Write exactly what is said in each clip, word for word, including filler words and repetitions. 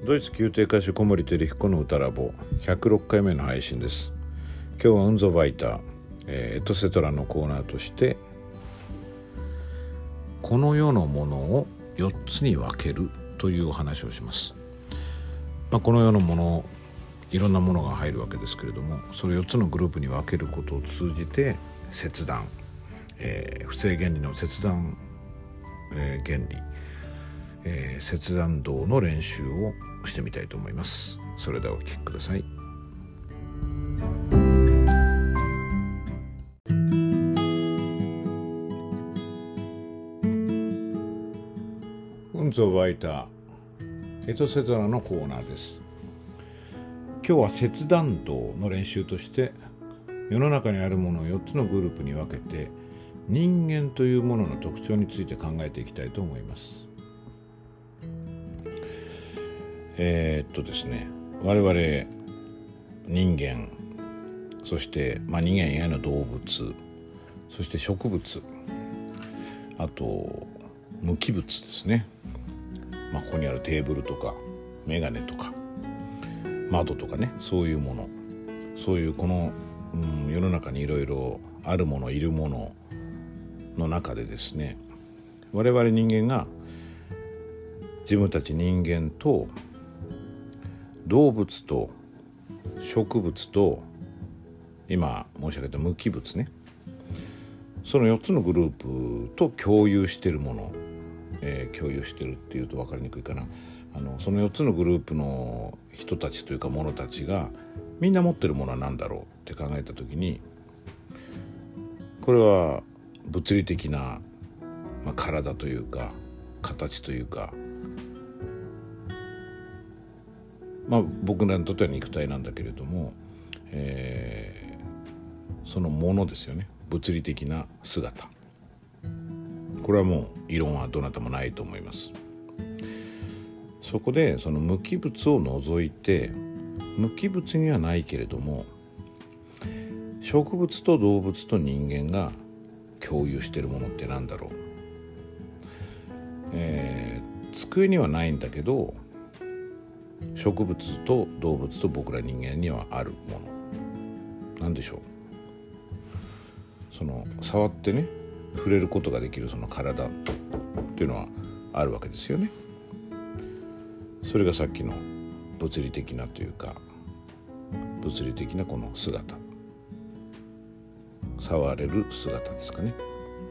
ドイツ宮廷歌手小森照彦の歌ラボひゃくろっかいめの配信です。今日はウンゾバイター、えー、エトセトラのコーナーとしてこの世のものをよっつに分けるというお話をします。まあ、この世のものいろんなものが入るわけですけれども、それよっつのグループに分けることを通じて切断、えー、不正原理の切断、えー、原理、えー、切断道の練習をしてみたいと思います。それではお聞きください。ウンゾバイターエトセトラのコーナーです。今日は切断道の練習として世の中にあるものをよっつのグループに分けて人間というものの特徴について考えていきたいと思います。えー、っとですね我々人間、そして、まあ、人間以外の動物、そして植物、あと無機物ですね、まあ、ここにあるテーブルとかメガネとか窓とかね、そういうもの、そういうこの、うん、世の中にいろいろあるものいるものの中でですね、我々人間が自分たち人間と動物と植物と今申し上げた無機物ね、そのよっつのグループと共有しているもの、えー、共有してるっていうと分かりにくいかな。あのそのよっつのグループの人たちというか者たちがみんな持ってるものは何だろうって考えたときに、これは物理的な、まあ、体というか形というか、まあ、僕らにとっては肉体なんだけれども、えー、そのものですよね。物理的な姿、これはもう異論はどなたもないと思います。そこでその無機物を除いて、無機物にはないけれども植物と動物と人間が共有しているものって何だろう、えー、机にはないんだけど植物と動物と僕ら人間にはあるもの、なんでしょう。その触ってね触れることができるその体っていうのはあるわけですよね。それがさっきの物理的なというか物理的なこの姿、触れる姿ですかね。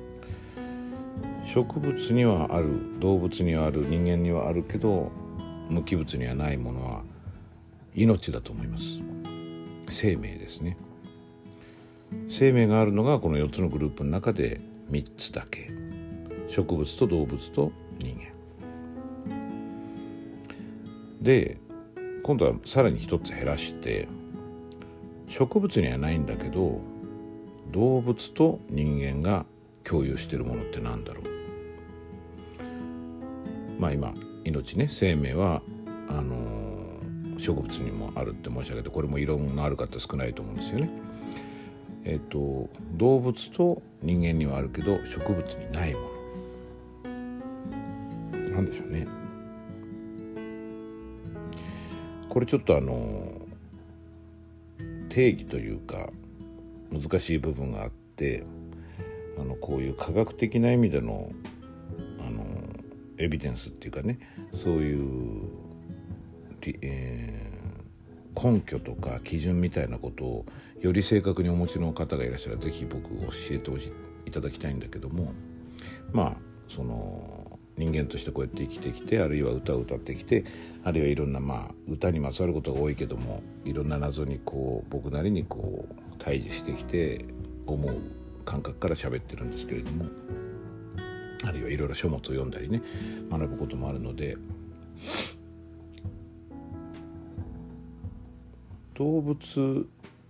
植物にはある、動物にはある、人間にはあるけど無機物にはないものは命だと思います。生命ですね。生命があるのがこのよっつのグループの中でみっつだけ。植物と動物と人間で、今度はさらに一つ減らして、植物にはないんだけど動物と人間が共有しているものって何だろう。まあ今命ね、生命はあのー、植物にもあるって申し上げて、これも異論のある方少ないと思うんですよね。えっと動物と人間にはあるけど植物にないもの、なんでしょうね。これちょっとあのー、定義というか難しい部分があって、あのこういう科学的な意味でのあのエビデンスっていうかね、そういう、えー、根拠とか基準みたいなことをより正確にお持ちの方がいらっしゃるらぜひ僕教えてほしいいただきたいんだけども、まあその人間としてこうやって生きてきて、あるいは歌を歌ってきて、あるいはいろんな、まあ歌にまつわることが多いけどもいろんな謎にこう僕なりにこう対峙してきて思う感覚から喋ってるんですけれども、あるいはいろいろ書物を読んだりね学ぶこともあるので、動物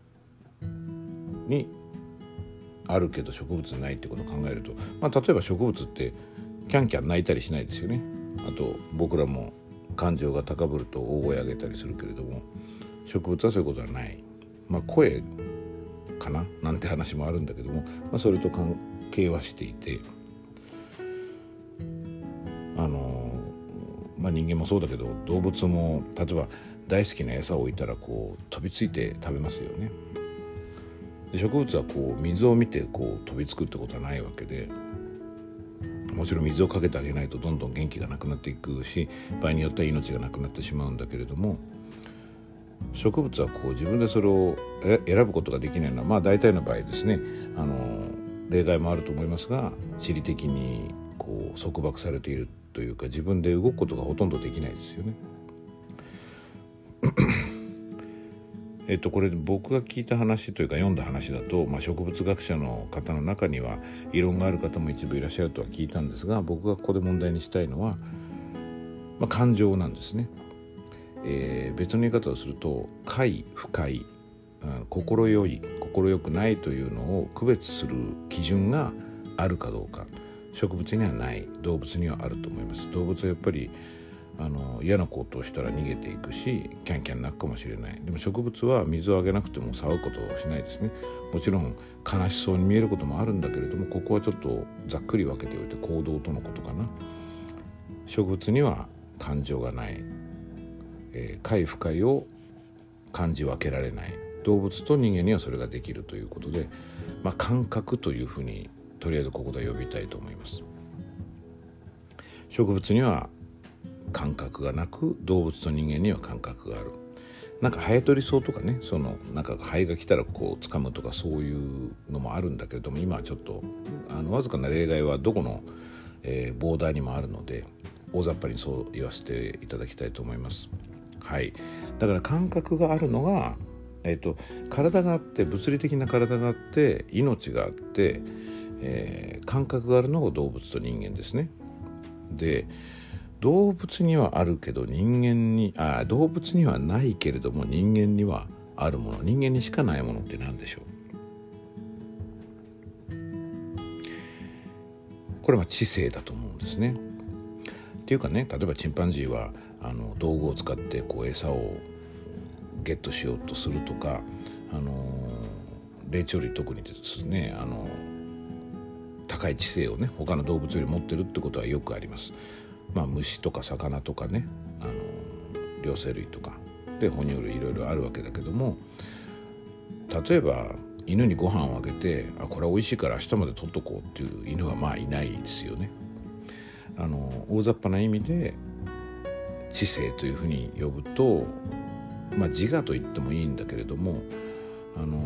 にあるけど植物ないってことを考えると、まあ、例えば植物ってキャンキャン鳴いたりしないですよね。あと僕らも感情が高ぶると大声上げたりするけれども、植物はそういうことはない。まあ声かななんて話もあるんだけども、まあ、それと関係はしていて、あのまあ、人間もそうだけど動物も例えば大好きな餌を置いたらこう飛びついて食べますよね。で植物はこう水を見てこう飛びつくってことはないわけで、もちろん水をかけてあげないとどんどん元気がなくなっていくし、場合によっては命がなくなってしまうんだけれども、植物はこう自分でそれを選ぶことができないのは、まあ大体の場合ですね、あの例外もあると思いますが、地理的にこう束縛されているというか、自分で動くことがほとんどできないですよね。えっとこれ僕が聞いた話というか読んだ話だと、まあ、植物学者の方の中には異論がある方も一部いらっしゃるとは聞いたんですが、僕がここで問題にしたいのは、まあ、感情なんですね。えー、別の言い方をすると快不快、うん、心よい心よくないというのを区別する基準があるかどうか、植物にはない、動物にはあると思います。動物はやっぱりあの嫌なことをしたら逃げていくし、キャンキャン鳴くかもしれない。でも植物は水をあげなくても騒ぐことをしないですね。もちろん悲しそうに見えることもあるんだけれども、ここはちょっとざっくり分けておいて行動とのことかな。植物には感情がない、えー、快不快を感じ分けられない。動物と人間にはそれができるということで、まあ、感覚というふうにとりあえずここで呼びたいと思います。植物には感覚がなく、動物と人間には感覚がある。なんかハエトリソウとかね、そのなんかハエが来たらこう掴むとかそういうのもあるんだけれども、今はちょっとあのわずかな例外はどこの、えー、ボーダーにもあるので、大雑把にそう言わせていただきたいと思います。はい。だから感覚があるのが、えーと、体があって、物理的な体があって、命があって、えー、感覚があるのが動物と人間ですね。で、動物にはあるけど人間にあ動物にはないけれども人間にはあるもの、人間にしかないものって何でしょう。これは知性だと思うんですね。っていうかね、例えばチンパンジーはあの道具を使ってこう餌をゲットしようとするとか、あの霊長類特にですね、あの高い知性をね他の動物より持ってるってことはよくあります。まあ、虫とか魚とかね、あの両生類とかで哺乳類いろいろあるわけだけども、例えば犬にご飯をあげて、あこれは美味しいから明日まで取っとこうっていう犬はまあいないですよね。あの大雑把な意味で知性というふうに呼ぶと、まあ、自我と言ってもいいんだけれども、あの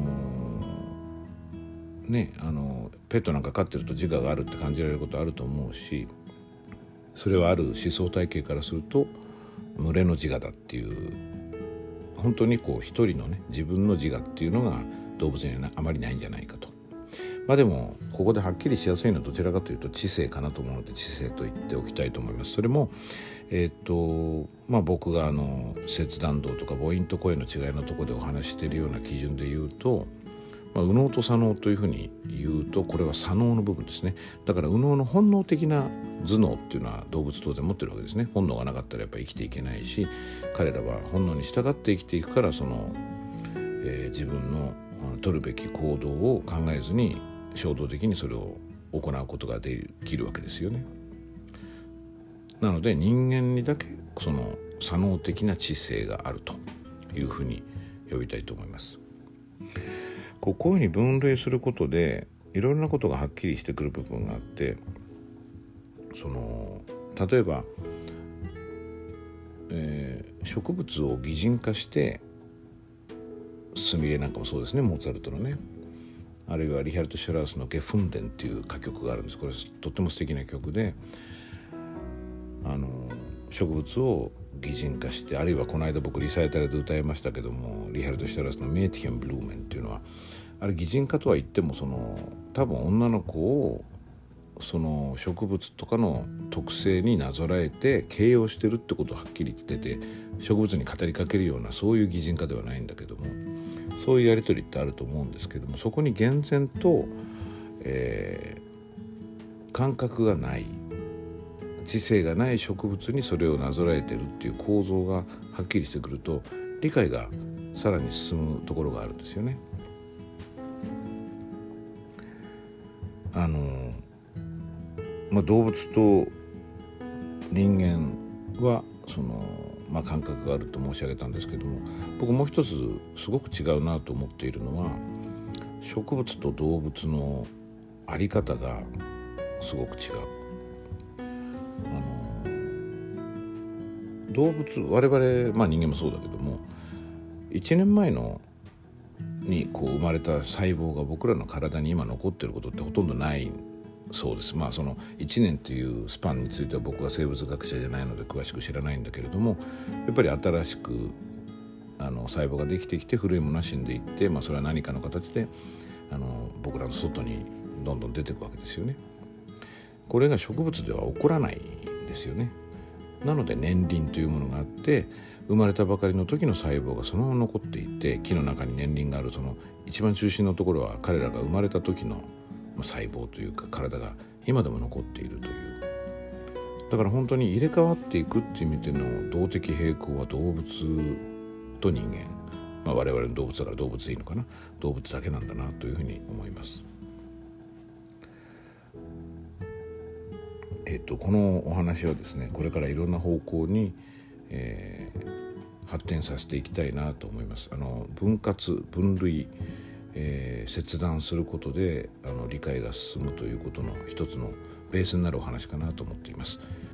ね、あのペットなんか飼ってると自我があるって感じられることあると思うし、それはある思想体系からすると群れの自我だっていう、本当にこう一人のね自分の自我っていうのが動物にはあまりないんじゃないかと。まあでもここではっきりしやすいのはどちらかというと知性かなと思うので、知性と言っておきたいと思います。それもえっとまあ僕があの切断動とか母音と声の違いのところでお話しているような基準で言うと、まあ、右脳と左脳というふうに言うと、これは左脳の部分ですね。だから右脳の本能的な頭脳っていうのは動物当然持ってるわけですね。本能がなかったらやっぱり生きていけないし、彼らは本能に従って生きていくから、その、えー、自分の取るべき行動を考えずに衝動的にそれを行うことができるわけですよね。なので人間にだけその左脳的な知性があるというふうに呼びたいと思います。こういうふうに分類することでいろいろなことがはっきりしてくる部分があって、その例えば、えー、植物を擬人化してスミレなんかもそうですね、モーツァルトのね、あるいはリヒャルト・シュトラウスのゲフンデンっていう歌曲があるんです。これとっても素敵な曲で、あの植物を擬人化して、あるいはこの間僕リサイタルで歌いましたけども、リヒャルト・シュトラウスのメーティヘン・ブルーメンっていうのは、あれ擬人化とは言っても、その多分女の子をその植物とかの特性になぞらえて形容してるってことをはっきり言ってて、植物に語りかけるようなそういう擬人化ではないんだけども、そういうやり取りってあると思うんですけども、そこに厳然と、えー、感覚がない、知性がない植物にそれをなぞらえてるっていう構造がはっきりしてくると、理解がさらに進むところがあるんですよね。あの、まあ、動物と人間はその、まあ、感覚があると申し上げたんですけども、僕もう一つすごく違うなと思っているのは、植物と動物の在り方がすごく違う。あの動物、我々、まあ、人間もそうだけども、いちねんまえのにこう生まれた細胞が僕らの体に今残っていることってほとんどないそうです。まあそのいちねんというスパンについては僕は生物学者じゃないので詳しく知らないんだけれども、やっぱり新しくあの細胞ができてきて、古いものは死んでいって、まあ、それは何かの形であの僕らの外にどんどん出ていくわけですよね。これが植物では起こらないんですよね。なので年輪というものがあって、生まれたばかりの時の細胞がそのまま残っていて、木の中に年輪があるその一番中心のところは彼らが生まれた時の細胞というか体が今でも残っているという。だから本当に入れ替わっていくっていう意味での動的平衡は動物と人間、まあ、我々の動物だから動物でいいのかな、動物だけなんだなというふうに思います。えっとこのお話はですね、これからいろんな方向に、えー、発展させていきたいなと思います。あの分割分類、えー、切断することであの理解が進むということの一つのベースになるお話かなと思っています。